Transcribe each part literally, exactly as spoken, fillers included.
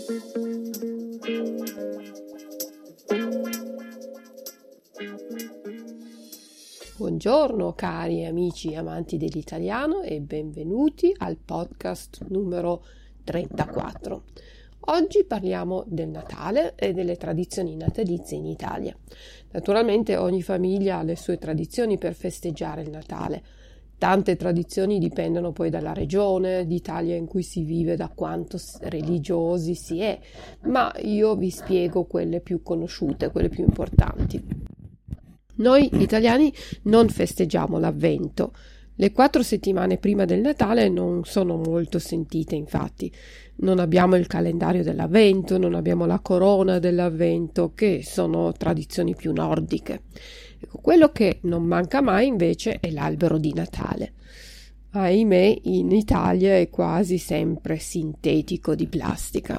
Buongiorno cari amici amanti dell'italiano e benvenuti al podcast numero trentaquattro. Oggi parliamo del Natale e delle tradizioni natalizie in Italia. Naturalmente ogni famiglia ha le sue tradizioni per festeggiare il Natale. Tante tradizioni dipendono poi dalla regione d'Italia in cui si vive, da quanto religiosi si è, ma io vi spiego quelle più conosciute, quelle più importanti. Noi italiani non festeggiamo l'Avvento. Le quattro settimane prima del Natale non sono molto sentite, infatti. Non abbiamo il calendario dell'Avvento, non abbiamo la corona dell'Avvento, che sono tradizioni più nordiche. Ecco, quello che non manca mai invece è l'albero di Natale. Ahimè, in Italia è quasi sempre sintetico di plastica.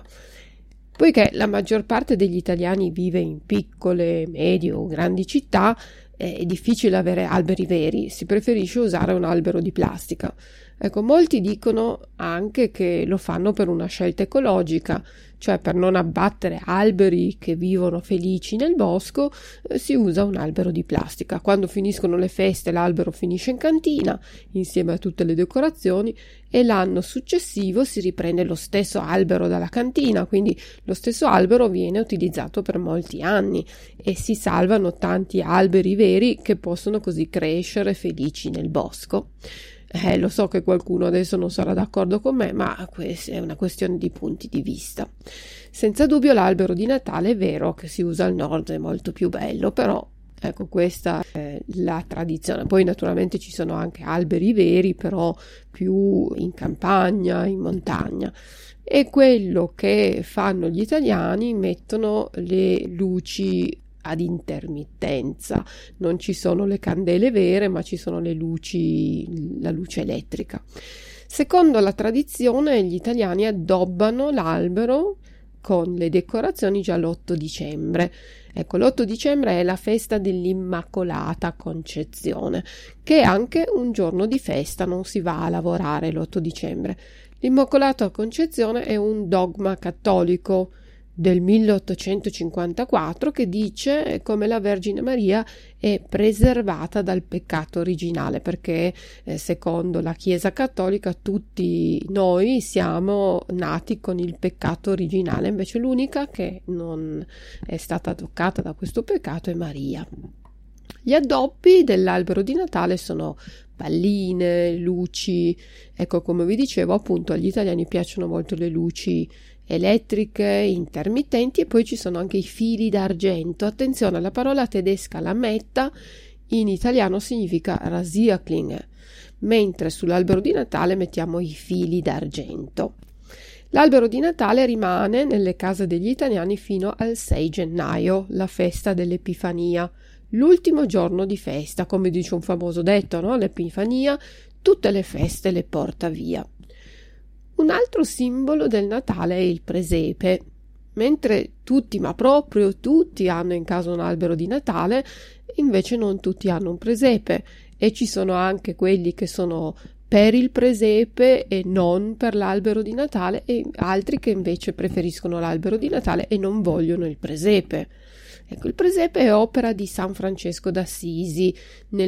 Poiché la maggior parte degli italiani vive in piccole, medie o grandi città, è difficile avere alberi veri, si preferisce usare un albero di plastica. Ecco, molti dicono anche che lo fanno per una scelta ecologica, cioè per non abbattere alberi che vivono felici nel bosco, eh, si usa un albero di plastica. Quando finiscono le feste l'albero finisce in cantina insieme a tutte le decorazioni e l'anno successivo si riprende lo stesso albero dalla cantina, quindi lo stesso albero viene utilizzato per molti anni e si salvano tanti alberi veri che possono così crescere felici nel bosco. Eh, lo so che qualcuno adesso non sarà d'accordo con me, ma questa è una questione di punti di vista. Senza dubbio l'albero di Natale è vero che si usa al nord, è molto più bello, però ecco, questa è la tradizione. Poi naturalmente ci sono anche alberi veri, però più in campagna, in montagna. E quello che fanno gli italiani, mettono le luci ad intermittenza, non ci sono le candele vere, ma ci sono le luci, la luce elettrica. Secondo la tradizione, gli italiani addobbano l'albero con le decorazioni già l'otto dicembre. Ecco, l'otto dicembre è la festa dell'Immacolata Concezione, che è anche un giorno di festa, non si va a lavorare l'otto dicembre. L'Immacolata Concezione è un dogma cattolico del milleottocentocinquantaquattro che dice come la Vergine Maria è preservata dal peccato originale, perché eh, secondo la Chiesa Cattolica tutti noi siamo nati con il peccato originale, invece l'unica che non è stata toccata da questo peccato è Maria. Gli addobbi dell'albero di Natale sono palline, luci, ecco, come vi dicevo, appunto agli italiani piacciono molto le luci elettriche, intermittenti, e poi ci sono anche i fili d'argento. Attenzione, la parola tedesca lametta in italiano significa Rasierklinge, mentre sull'albero di Natale mettiamo i fili d'argento. L'albero di Natale rimane nelle case degli italiani fino al sei gennaio, la festa dell'Epifania, l'ultimo giorno di festa, come dice un famoso detto, no? L'Epifania tutte le feste le porta via. Un altro simbolo del Natale è il presepe. Mentre tutti, ma proprio tutti, hanno in casa un albero di Natale, invece non tutti hanno un presepe, e ci sono anche quelli che sono per il presepe e non per l'albero di Natale, e altri che invece preferiscono l'albero di Natale e non vogliono il presepe. Ecco, il presepe è opera di San Francesco d'Assisi. Nel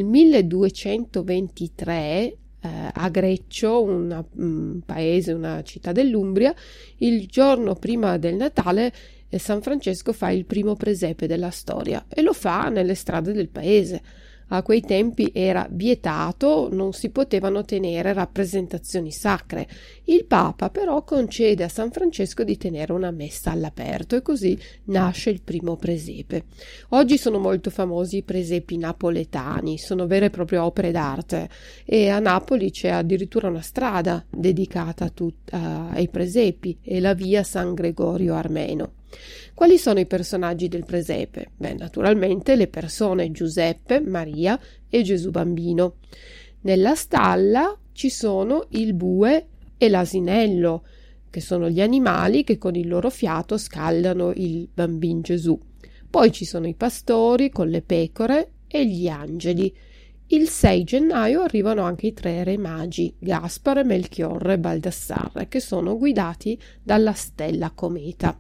milleduecentoventitré Uh, a Greccio, una, un paese, una città dell'Umbria, il giorno prima del Natale eh, San Francesco fa il primo presepe della storia e lo fa nelle strade del paese. A quei tempi era vietato, non si potevano tenere rappresentazioni sacre. Il Papa però concede a San Francesco di tenere una messa all'aperto e così nasce il primo presepe. Oggi sono molto famosi i presepi napoletani, sono vere e proprie opere d'arte, e a Napoli c'è addirittura una strada dedicata a tut- a- ai presepi, e la via San Gregorio Armeno. Quali sono i personaggi del presepe? Beh, naturalmente le persone Giuseppe, Maria e Gesù bambino. Nella stalla ci sono il bue e l'asinello, che sono gli animali che con il loro fiato scaldano il bambin Gesù. Poi ci sono i pastori con le pecore e gli angeli. Il sei gennaio arrivano anche i tre re magi, Gaspare, Melchiorre e Baldassarre, che sono guidati dalla stella cometa.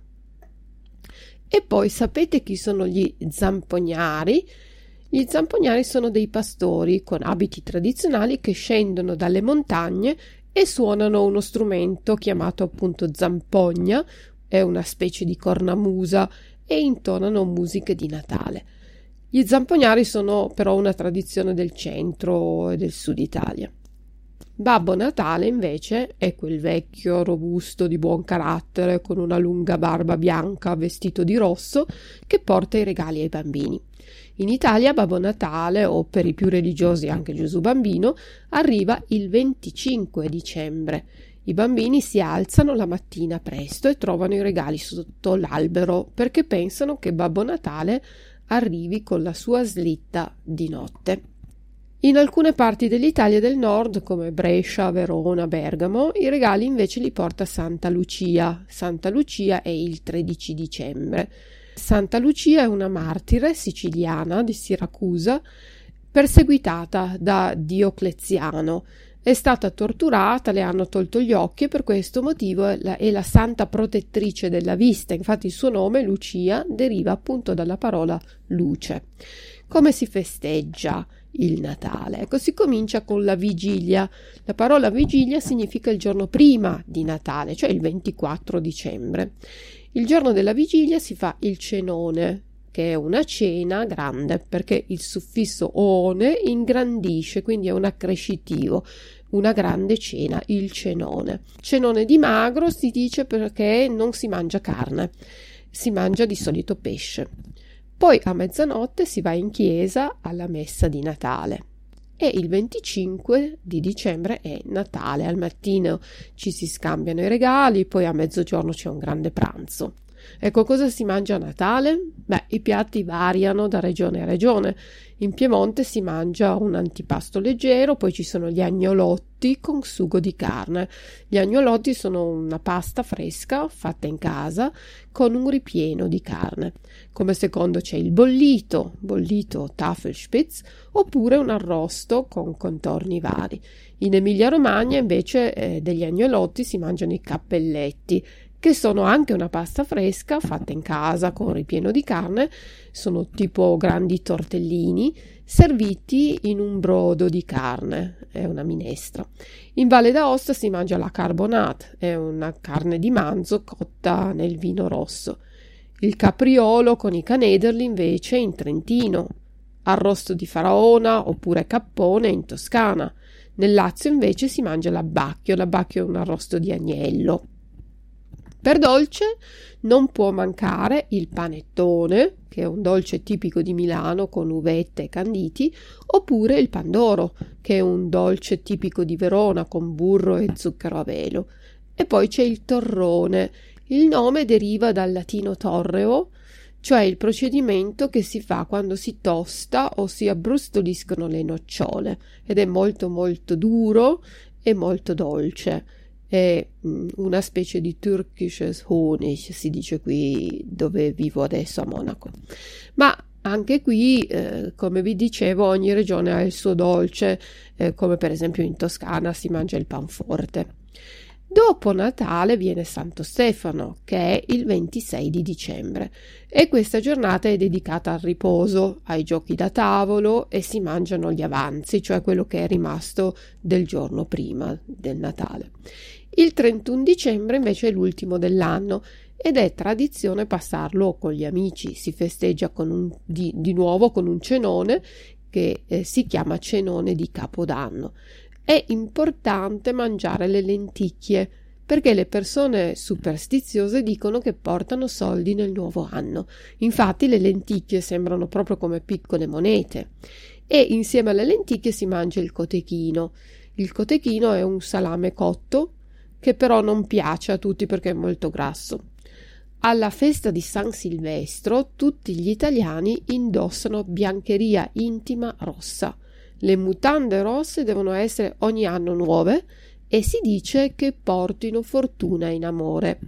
E poi sapete chi sono gli zampognari? Gli zampognari sono dei pastori con abiti tradizionali che scendono dalle montagne e suonano uno strumento chiamato appunto zampogna, è una specie di cornamusa, e intonano musiche di Natale. Gli zampognari sono però una tradizione del centro e del sud Italia. Babbo Natale invece è quel vecchio robusto di buon carattere con una lunga barba bianca vestito di rosso che porta i regali ai bambini. In Italia Babbo Natale, o per i più religiosi anche Gesù Bambino, arriva il venticinque dicembre. I bambini si alzano la mattina presto e trovano i regali sotto l'albero perché pensano che Babbo Natale arrivi con la sua slitta di notte. In alcune parti dell'Italia del nord, come Brescia, Verona, Bergamo, i regali invece li porta Santa Lucia. Santa Lucia è il tredici dicembre. Santa Lucia è una martire siciliana di Siracusa, perseguitata da Diocleziano. È stata torturata, le hanno tolto gli occhi e per questo motivo è la, è la santa protettrice della vista. Infatti il suo nome, Lucia, deriva appunto dalla parola luce. Come si festeggia il Natale? Ecco, si comincia con la vigilia. La parola vigilia significa il giorno prima di Natale, cioè il ventiquattro dicembre. Il giorno della vigilia si fa il cenone, che è una cena grande, perché il suffisso one ingrandisce, quindi è un accrescitivo, una grande cena, il cenone. Cenone di magro si dice perché non si mangia carne, si mangia di solito pesce. Poi a mezzanotte si va in chiesa alla messa di Natale e il venticinque di dicembre è Natale. Al mattino ci si scambiano i regali, poi a mezzogiorno c'è un grande pranzo. Ecco, cosa si mangia a Natale? Beh, i piatti variano da regione a regione. In Piemonte si mangia un antipasto leggero, poi ci sono gli agnolotti con sugo di carne. Gli agnolotti sono una pasta fresca fatta in casa con un ripieno di carne. Come secondo c'è il bollito, bollito Tafelspitz, oppure un arrosto con contorni vari. In Emilia-Romagna invece eh, degli agnolotti si mangiano i cappelletti, che sono anche una pasta fresca fatta in casa con ripieno di carne, sono tipo grandi tortellini serviti in un brodo di carne, è una minestra. In Valle d'Aosta si mangia la carbonate, è una carne di manzo cotta nel vino rosso. Il capriolo con i canederli invece in Trentino, arrosto di faraona oppure cappone in Toscana. Nel Lazio invece si mangia l'abbacchio, l'abbacchio è un arrosto di agnello. Per dolce non può mancare il panettone, che è un dolce tipico di Milano con uvette e canditi, oppure il pandoro, che è un dolce tipico di Verona con burro e zucchero a velo. E poi c'è il torrone. Il nome deriva dal latino torreo, cioè il procedimento che si fa quando si tosta o si abbrustoliscono le nocciole, ed è molto molto duro e molto dolce. È una specie di Türkisches Honig, si dice qui dove vivo adesso a Monaco. Ma anche qui, eh, come vi dicevo, ogni regione ha il suo dolce, eh, come per esempio in Toscana si mangia il panforte. Dopo Natale viene Santo Stefano, che è il ventisei di dicembre, e questa giornata è dedicata al riposo, ai giochi da tavolo e si mangiano gli avanzi, cioè quello che è rimasto del giorno prima del Natale. Il trentuno dicembre invece è l'ultimo dell'anno ed è tradizione passarlo con gli amici. Si festeggia con un, di, di nuovo con un cenone che eh, si chiama cenone di Capodanno. È importante mangiare le lenticchie perché le persone superstiziose dicono che portano soldi nel nuovo anno. Infatti le lenticchie sembrano proprio come piccole monete e insieme alle lenticchie si mangia il cotechino. Il cotechino è un salame cotto che però non piace a tutti perché è molto grasso. Alla festa di San Silvestro tutti gli italiani indossano biancheria intima rossa. Le mutande rosse devono essere ogni anno nuove e si dice che portino fortuna in amore.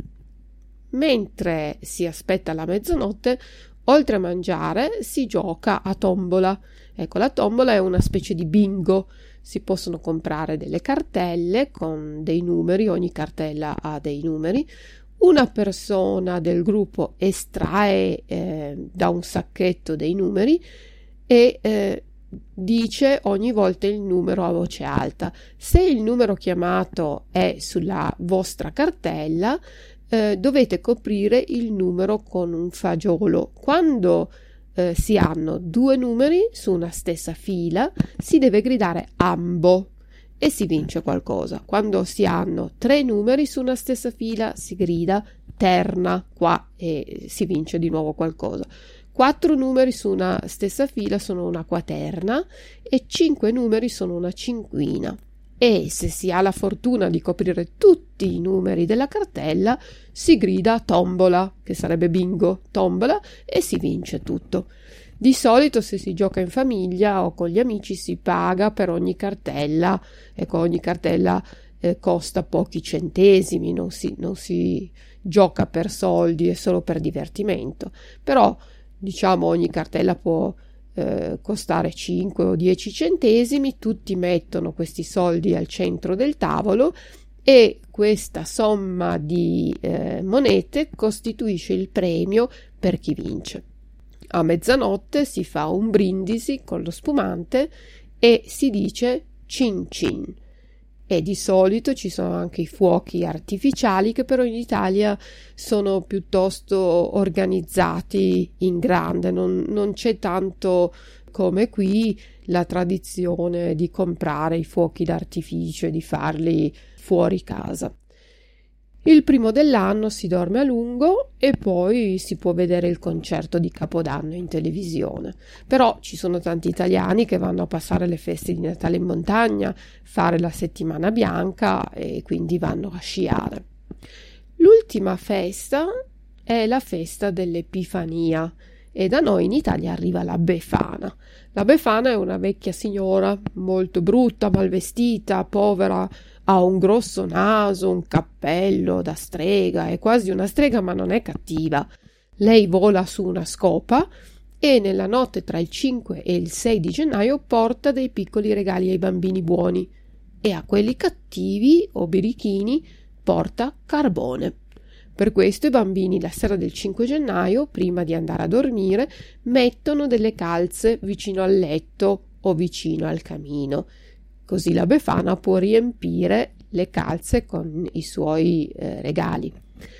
Mentre si aspetta la mezzanotte, oltre a mangiare, si gioca a tombola Ecco, la tombola è una specie di bingo. Si possono comprare delle cartelle con dei numeri, ogni cartella ha dei numeri. Una persona del gruppo estrae eh, da un sacchetto dei numeri e eh, dice ogni volta il numero a voce alta. Se il numero chiamato è sulla vostra cartella, eh, dovete coprire il numero con un fagiolo. Quando eh, si hanno due numeri su una stessa fila, si deve gridare ambo e si vince qualcosa. Quando si hanno tre numeri su una stessa fila, si grida terna qua e si vince di nuovo qualcosa. Quattro numeri su una stessa fila sono una quaterna e cinque numeri sono una cinquina. E se si ha la fortuna di coprire tutti i numeri della cartella, si grida tombola, che sarebbe bingo, tombola, e si vince tutto. Di solito, se si gioca in famiglia o con gli amici, si paga per ogni cartella. Ecco, ogni cartella eh, costa pochi centesimi, non si, non si gioca per soldi, è solo per divertimento. Però diciamo ogni cartella può eh, costare cinque o dieci centesimi, tutti mettono questi soldi al centro del tavolo e questa somma di eh, monete costituisce il premio per chi vince. A mezzanotte si fa un brindisi con lo spumante e si dice cin cin. E di solito ci sono anche i fuochi artificiali che però in Italia sono piuttosto organizzati in grande, non, non c'è tanto come qui la tradizione di comprare i fuochi d'artificio e di farli fuori casa. Il primo dell'anno si dorme a lungo e poi si può vedere il concerto di Capodanno in televisione. Però ci sono tanti italiani che vanno a passare le feste di Natale in montagna, fare la settimana bianca e quindi vanno a sciare. L'ultima festa è la festa dell'Epifania e da noi in Italia arriva la Befana. La Befana è una vecchia signora molto brutta, mal vestita, povera, ha un grosso naso, un cappello da strega, è quasi una strega ma non è cattiva. Lei vola su una scopa e nella notte tra il cinque e il sei di gennaio porta dei piccoli regali ai bambini buoni e a quelli cattivi o birichini porta carbone. Per questo i bambini la sera del cinque gennaio, prima di andare a dormire, mettono delle calze vicino al letto o vicino al camino. Così la Befana può riempire le calze con i suoi eh, regali.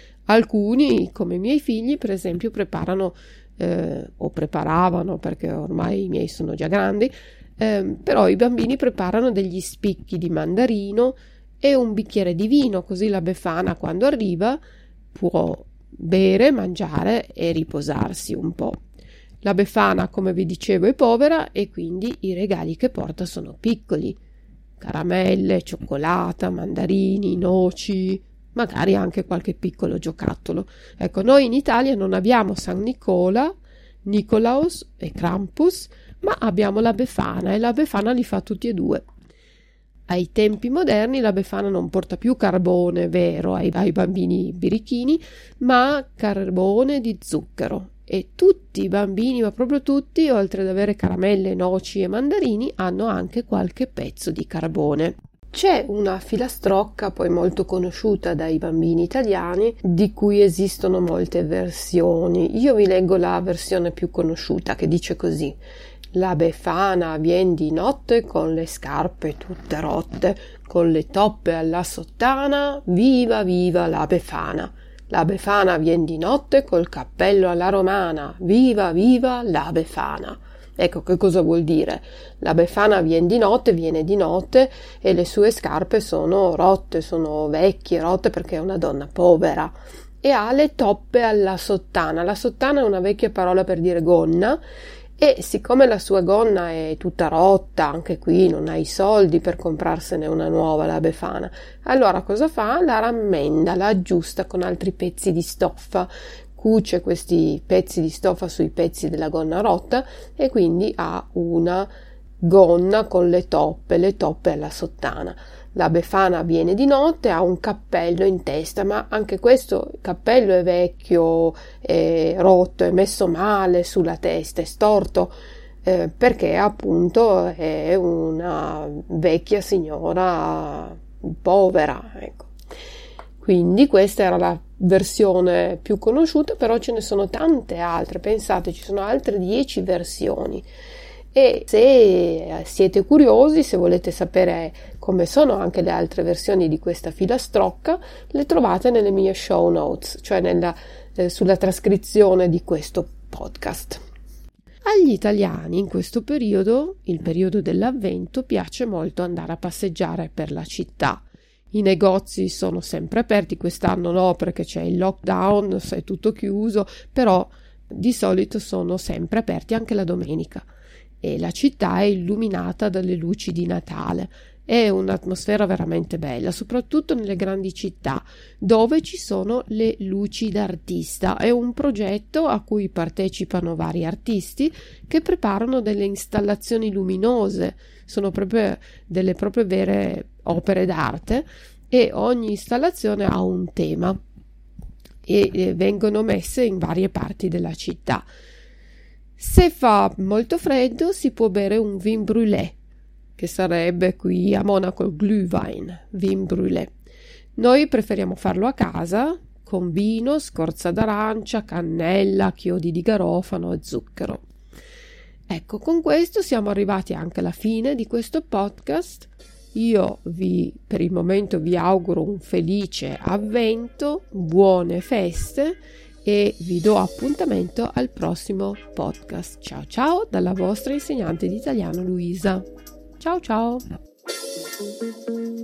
Alcuni, come i miei figli, per esempio, preparano eh, o preparavano, perché ormai i miei sono già grandi, eh, però i bambini preparano degli spicchi di mandarino e un bicchiere di vino, così la Befana quando arriva può bere, mangiare e riposarsi un po'. La Befana, come vi dicevo, è povera e quindi i regali che porta sono piccoli. Caramelle, cioccolata, mandarini, noci, magari anche qualche piccolo giocattolo. Ecco, noi in Italia non abbiamo San Nicola, Nicolaus e Krampus, ma abbiamo la Befana e la Befana li fa tutti e due. Ai tempi moderni la Befana non porta più carbone vero ai, ai bambini birichini, ma carbone di zucchero. E tutti i bambini, ma proprio tutti, oltre ad avere caramelle, noci e mandarini, hanno anche qualche pezzo di carbone. C'è una filastrocca poi molto conosciuta dai bambini italiani, di cui esistono molte versioni. Io vi leggo la versione più conosciuta, che dice così: la Befana vien di notte con le scarpe tutte rotte, con le toppe alla sottana, viva viva la Befana. La Befana vien di notte col cappello alla romana, viva viva la Befana. Ecco che cosa vuol dire. La Befana vien di notte, viene di notte e le sue scarpe sono rotte, sono vecchie, rotte perché è una donna povera e ha le toppe alla sottana. La sottana è una vecchia parola per dire gonna e siccome la sua gonna è tutta rotta, anche qui non ha i soldi per comprarsene una nuova la Befana, allora cosa fa? La rammenda, la aggiusta con altri pezzi di stoffa, cuce questi pezzi di stoffa sui pezzi della gonna rotta e quindi ha una gonna con le toppe, le toppe alla sottana. La Befana viene di notte, ha un cappello in testa, ma anche questo cappello è vecchio, è rotto, è messo male sulla testa, è storto. eh, perché appunto è una vecchia signora povera, ecco. Quindi questa era la versione più conosciuta, però ce ne sono tante altre, pensate, ci sono altre dieci versioni. E se siete curiosi, se volete sapere come sono anche le altre versioni di questa filastrocca, le trovate nelle mie show notes, cioè nella, eh, sulla trascrizione di questo podcast. Agli italiani in questo periodo, il periodo dell'Avvento, piace molto andare a passeggiare per la città. I negozi sono sempre aperti, quest'anno no perché c'è il lockdown, è tutto chiuso, però di solito sono sempre aperti anche la domenica. E la città è illuminata dalle luci di Natale. È un'atmosfera veramente bella, soprattutto nelle grandi città dove ci sono le luci d'artista. È un progetto a cui partecipano vari artisti che preparano delle installazioni luminose, sono proprio delle proprie vere opere d'arte e ogni installazione ha un tema e, e vengono messe in varie parti della città. Se fa molto freddo si può bere un vin brûlé, che sarebbe qui a Monaco il Glühwein, vin brûlé. Noi preferiamo farlo a casa con vino, scorza d'arancia, cannella, chiodi di garofano e zucchero. Ecco, con questo siamo arrivati anche alla fine di questo podcast. Io vi, per il momento, vi auguro un felice avvento, buone feste e vi do appuntamento al prossimo podcast. Ciao ciao dalla vostra insegnante di italiano Luisa. Ciao ciao!